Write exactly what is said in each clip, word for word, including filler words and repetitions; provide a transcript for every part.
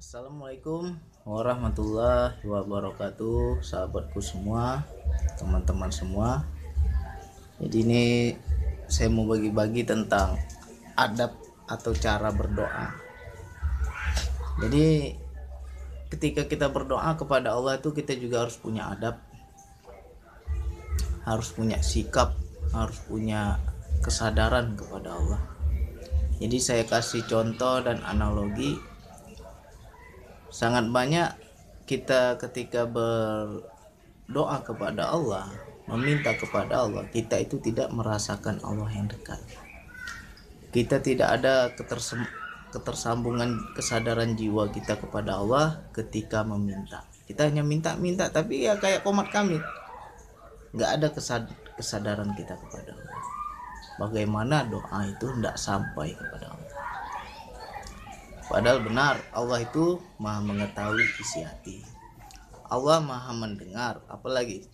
Assalamualaikum warahmatullahi wabarakatuh, sahabatku semua, teman-teman semua. Jadi ini saya mau bagi-bagi tentang adab atau cara berdoa. Jadi ketika kita berdoa kepada Allah itu kita juga harus punya adab, harus punya sikap, harus punya kesadaran kepada Allah. Jadi saya kasih contoh dan analogi. Sangat banyak kita ketika berdoa kepada Allah, meminta kepada Allah, kita itu tidak merasakan Allah yang dekat. Kita tidak ada ketersambungan kesadaran jiwa kita kepada Allah ketika meminta. Kita hanya minta-minta, tapi ya kayak komat kamit, nggak ada kesadaran kita kepada Allah. Bagaimana doa itu tidak sampai kepada Allah. Padahal benar, Allah itu maha mengetahui isi hati. Allah maha mendengar, apalagi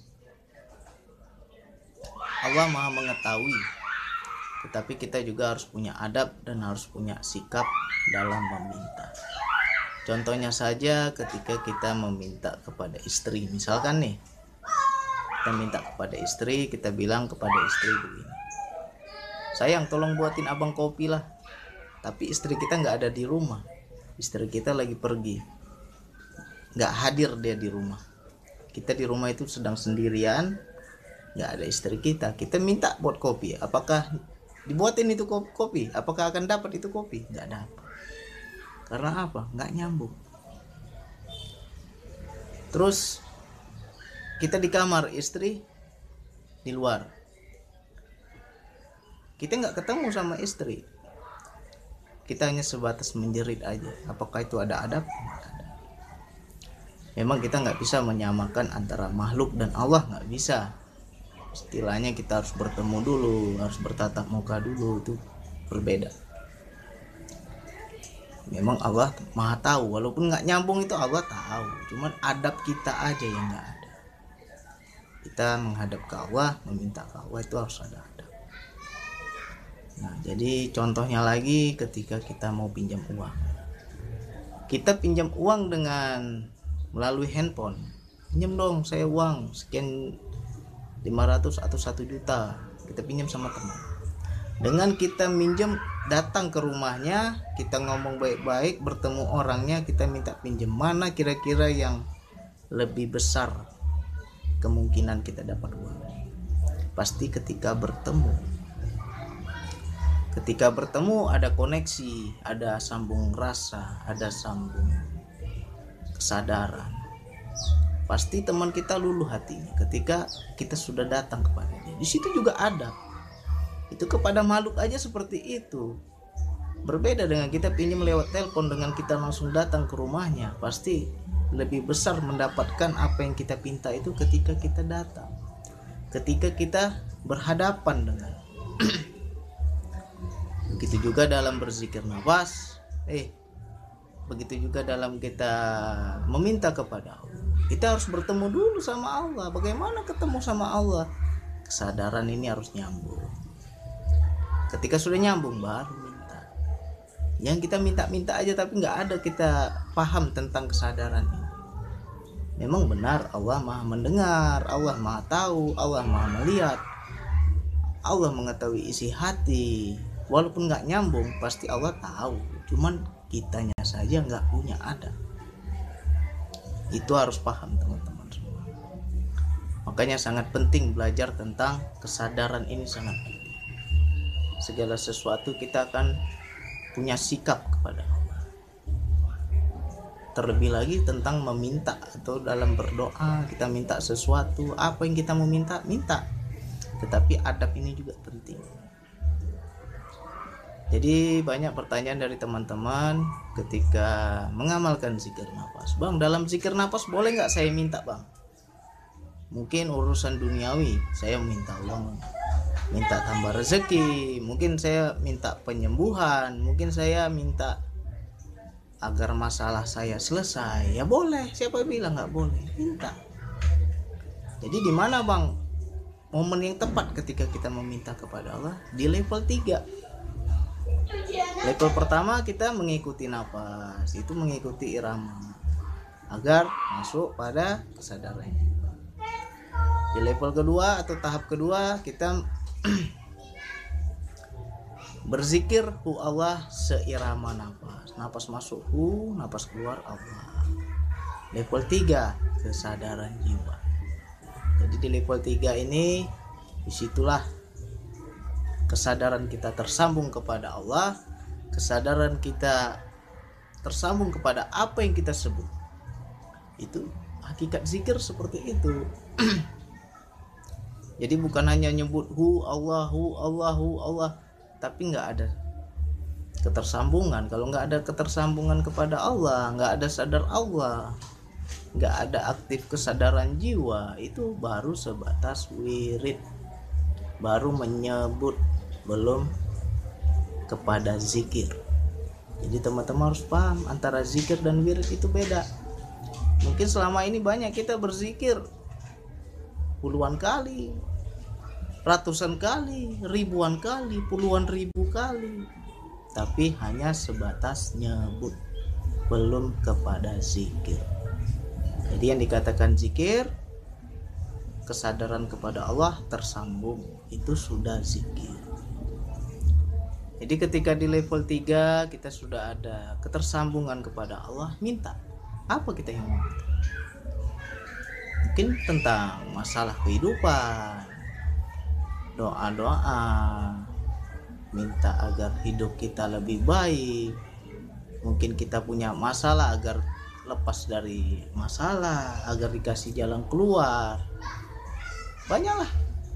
Allah maha mengetahui. Tetapi kita juga harus punya adab dan harus punya sikap dalam meminta. Contohnya saja ketika kita meminta kepada istri. Misalkan nih, kita minta kepada istri, kita bilang kepada istri begini, sayang tolong buatin abang kopi lah. Tapi istri kita nggak ada di rumah, istri kita lagi pergi, nggak hadir dia di rumah. Kita di rumah itu sedang sendirian, nggak ada istri kita. Kita minta buat kopi, apakah dibuatin itu kopi? Apakah akan dapat itu kopi? Nggak dapat. Karena apa? Nggak nyambung. Terus kita di kamar, istri di luar. Kita nggak ketemu sama istri. Kita hanya sebatas menjerit aja. Apakah itu ada adab? Memang kita nggak bisa menyamakan antara makhluk dan Allah, nggak bisa. Istilahnya kita harus bertemu dulu, harus bertatap muka dulu, itu berbeda. Memang Allah maha tahu, walaupun nggak nyambung itu Allah tahu. Cuman adab kita aja yang nggak ada. Kita menghadap ke Allah, meminta ke Allah itu harus ada adab. Nah, jadi contohnya lagi ketika kita mau pinjam uang. Kita pinjam uang dengan melalui handphone. Pinjam dong saya uang sekian lima ratus atau satu juta. Kita pinjam sama teman. Dengan kita minjem, datang ke rumahnya, kita ngomong baik-baik, bertemu orangnya, kita minta pinjam. Mana kira-kira yang lebih besar kemungkinan kita dapat uang? Pasti ketika bertemu. Ketika bertemu ada koneksi, ada sambung rasa, ada sambung kesadaran. Pasti teman kita luluh hatinya ketika kita sudah datang kepada dia. Di situ juga ada. Itu kepada makhluk aja seperti itu. Berbeda dengan kita pinjam lewat telepon, dengan kita langsung datang ke rumahnya. Pasti lebih besar mendapatkan apa yang kita pinta itu ketika kita datang. Ketika kita berhadapan dengan begitu juga dalam berzikir nafas, eh begitu juga dalam kita meminta kepada Allah. Kita harus bertemu dulu sama Allah. Bagaimana ketemu sama Allah? Kesadaran ini harus nyambung. Ketika sudah nyambung baru minta. Yang kita minta-minta aja tapi nggak ada kita paham tentang kesadaran ini. Memang benar Allah maha mendengar, Allah maha tahu, Allah maha melihat, Allah mengetahui isi hati. Walaupun nggak nyambung, pasti Allah tahu. Cuman kitanya saja nggak punya adab. Itu harus paham teman-teman semua. Makanya sangat penting belajar tentang kesadaran ini, sangat penting. Segala sesuatu kita akan punya sikap kepada Allah. Terlebih lagi tentang meminta atau dalam berdoa, kita minta sesuatu, apa yang kita mau minta, minta. Tetapi adab ini juga penting. Jadi banyak pertanyaan dari teman-teman ketika mengamalkan zikir nafas. Bang, dalam zikir nafas boleh nggak saya minta bang? Mungkin urusan duniawi, saya minta uang, minta tambah rezeki, mungkin saya minta penyembuhan, mungkin saya minta agar masalah saya selesai. Ya boleh, siapa bilang nggak boleh? Minta. Jadi di mana bang momen yang tepat ketika kita meminta kepada Allah? Di level tiga. Level pertama kita mengikuti nafas, itu mengikuti irama agar masuk pada kesadaran. Di level kedua atau tahap kedua kita berzikir hu Allah seirama nafas. Nafas masuk hu, nafas keluar Allah. Level tiga kesadaran jiwa. Jadi di level tiga ini disitulah kesadaran kita tersambung kepada Allah, kesadaran kita tersambung kepada apa yang kita sebut. Itu hakikat zikir seperti itu. Jadi bukan hanya nyebut hu Allah, hu Allah, hu Allah, tapi nggak ada ketersambungan. Kalau nggak ada ketersambungan kepada Allah, nggak ada sadar Allah, nggak ada aktif kesadaran jiwa, itu baru sebatas wirid, baru menyebut, belum kepada zikir. Jadi teman-teman harus paham antara zikir dan wirid itu beda. Mungkin selama ini banyak kita berzikir puluhan kali, ratusan kali, ribuan kali, puluhan ribu kali, tapi hanya sebatas nyebut, belum kepada zikir. Jadi yang dikatakan zikir, kesadaran kepada Allah tersambung, itu sudah zikir. Jadi ketika di level tiga kita sudah ada ketersambungan kepada Allah, minta apa kita yang mau? Mungkin tentang masalah kehidupan, doa-doa, minta agar hidup kita lebih baik. Mungkin kita punya masalah agar lepas dari masalah, agar dikasih jalan keluar. Banyaklah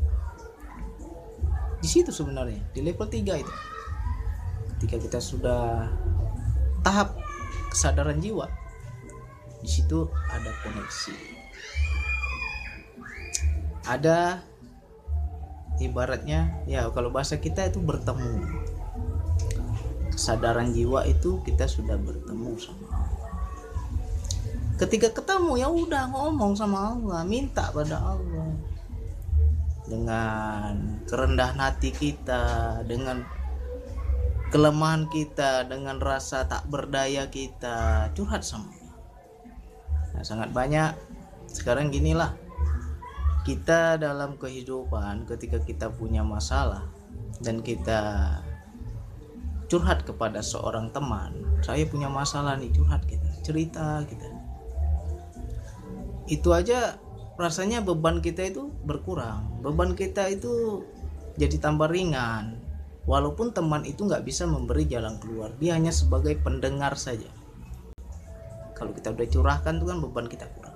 di situ sebenarnya, di level tiga itu. Ketika kita sudah tahap kesadaran jiwa, di situ ada koneksi, ada ibaratnya ya kalau bahasa kita itu bertemu. Kesadaran jiwa itu kita sudah bertemu sama Allah. Ketika ketemu ya udah ngomong sama Allah, minta pada Allah dengan kerendahan hati kita, dengan kelemahan kita, dengan rasa tak berdaya kita, curhat sama Allah. Nah, sangat banyak sekarang ginilah, kita dalam kehidupan ketika kita punya masalah dan kita curhat kepada seorang teman, saya punya masalah nih, curhat kita, cerita kita, itu aja rasanya beban kita itu berkurang, beban kita itu jadi tambah ringan. Walaupun teman itu nggak bisa memberi jalan keluar, dia hanya sebagai pendengar saja. Kalau kita udah curahkan tuh kan beban kita kurang.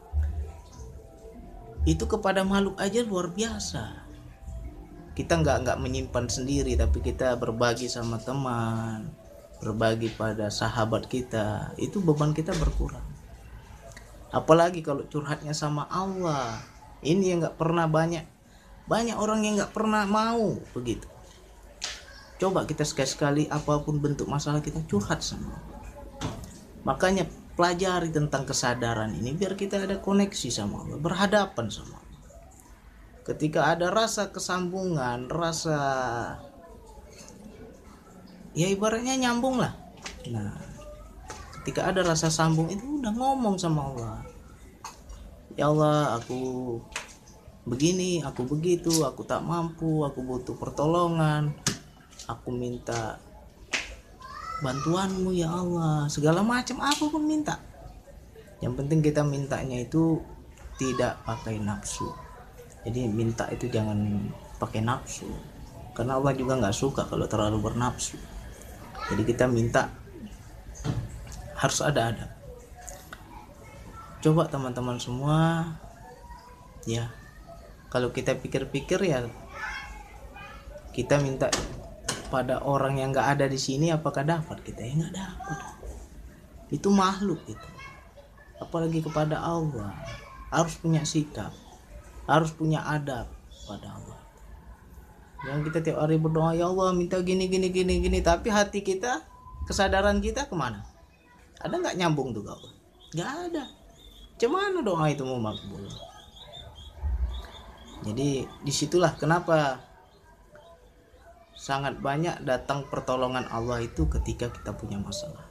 Itu kepada makhluk aja luar biasa. Kita nggak nggak menyimpan sendiri, tapi kita berbagi sama teman, berbagi pada sahabat kita, itu beban kita berkurang. Apalagi kalau curhatnya sama Allah, ini yang nggak pernah banyak banyak orang yang nggak pernah mau begitu. Coba kita sekali-sekali apapun bentuk masalah kita curhat sama Allah. Makanya pelajari tentang kesadaran ini biar kita ada koneksi sama Allah, berhadapan sama Allah. Ketika ada rasa kesambungan, rasa ya ibaratnya nyambung lah. Nah, ketika ada rasa sambung itu udah ngomong sama Allah. Ya Allah, aku begini, aku begitu, aku tak mampu, aku butuh pertolongan. Aku minta bantuanmu ya Allah, segala macam apapun minta. Yang penting kita mintanya itu tidak pakai nafsu. Jadi minta itu jangan pakai nafsu, karena Allah juga nggak suka kalau terlalu bernafsu. Jadi kita minta harus ada adab. Coba teman-teman semua ya, kalau kita pikir-pikir ya, kita minta pada orang yang nggak ada di sini, apakah dapat kita? Ya nggak dapat. Itu makhluk itu. Apalagi kepada Allah, harus punya sikap, harus punya adab pada Allah. Jangan kita tiap hari berdoa, ya Allah minta gini gini gini gini, tapi hati kita, kesadaran kita kemana? Ada nggak nyambung tuh kawan? Nggak ada. Cuman doa itu mau makbul. Jadi disitulah kenapa sangat banyak datang pertolongan Allah itu ketika kita punya masalah.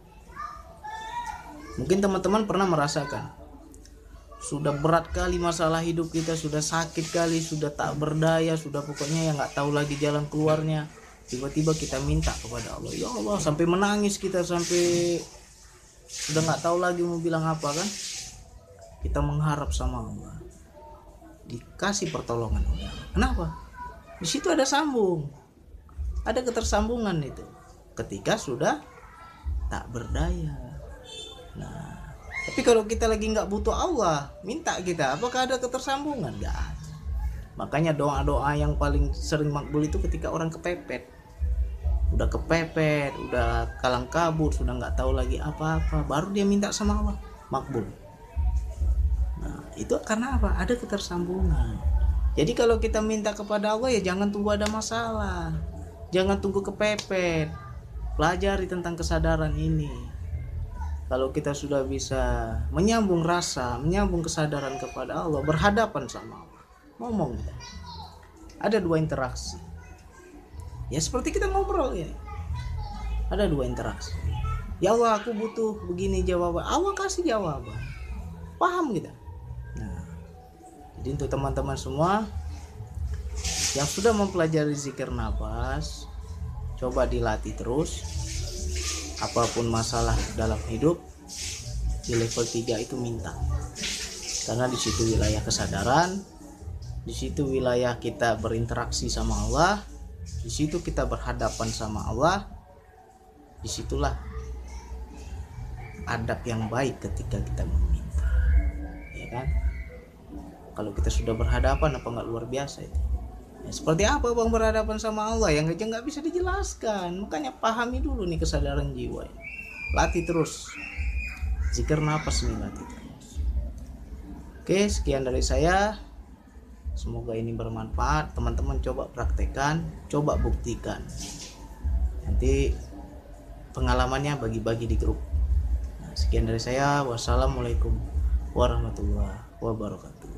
Mungkin teman-teman pernah merasakan sudah berat kali masalah hidup kita, sudah sakit kali, sudah tak berdaya, sudah pokoknya yang nggak tahu lagi jalan keluarnya. Tiba-tiba kita minta kepada Allah, ya Allah, sampai menangis kita, sampai sudah nggak tahu lagi mau bilang apa kan. Kita mengharap sama Allah, dikasih pertolongan oleh Allah. Kenapa? Di situ ada sambung, ada ketersambungan itu ketika sudah tak berdaya. Nah, tapi kalau kita lagi nggak butuh Allah, minta kita, apakah ada ketersambungan? Nggak ada. Makanya doa-doa yang paling sering makbul itu ketika orang kepepet, udah kepepet, udah kalang kabut, sudah nggak tahu lagi apa-apa, baru dia minta sama Allah, makbul. Nah, itu karena apa? Ada ketersambungan. Jadi kalau kita minta kepada Allah, ya jangan tunggu ada masalah, jangan tunggu kepepet, pelajari tentang kesadaran ini. Kalau kita sudah bisa menyambung rasa, menyambung kesadaran kepada Allah, berhadapan sama Allah, ngomong kita, ada dua interaksi. Ya seperti kita ngobrol ini, ada dua interaksi. Ya Allah, aku butuh begini jawaban, Allah kasih jawaban, paham kita. Nah, jadi untuk teman-teman semua yang sudah mempelajari zikir nafas, coba dilatih terus. Apapun masalah dalam hidup, di level tiga itu minta, karena di situ wilayah kesadaran, di situ wilayah kita berinteraksi sama Allah, di situ kita berhadapan sama Allah, disitulah adab yang baik ketika kita meminta, ya kan? Kalau kita sudah berhadapan, apa nggak luar biasa itu? Ya, seperti apa bang berhadapan sama Allah yang aja nggak bisa dijelaskan. Makanya pahami dulu nih kesadaran jiwa ini. Latih terus zikir nafas nih, latih terus. Oke, sekian dari saya, semoga ini bermanfaat. Teman-teman coba praktekkan, coba buktikan, nanti pengalamannya bagi-bagi di grup. Nah, sekian dari saya, wassalamualaikum warahmatullahi wabarakatuh.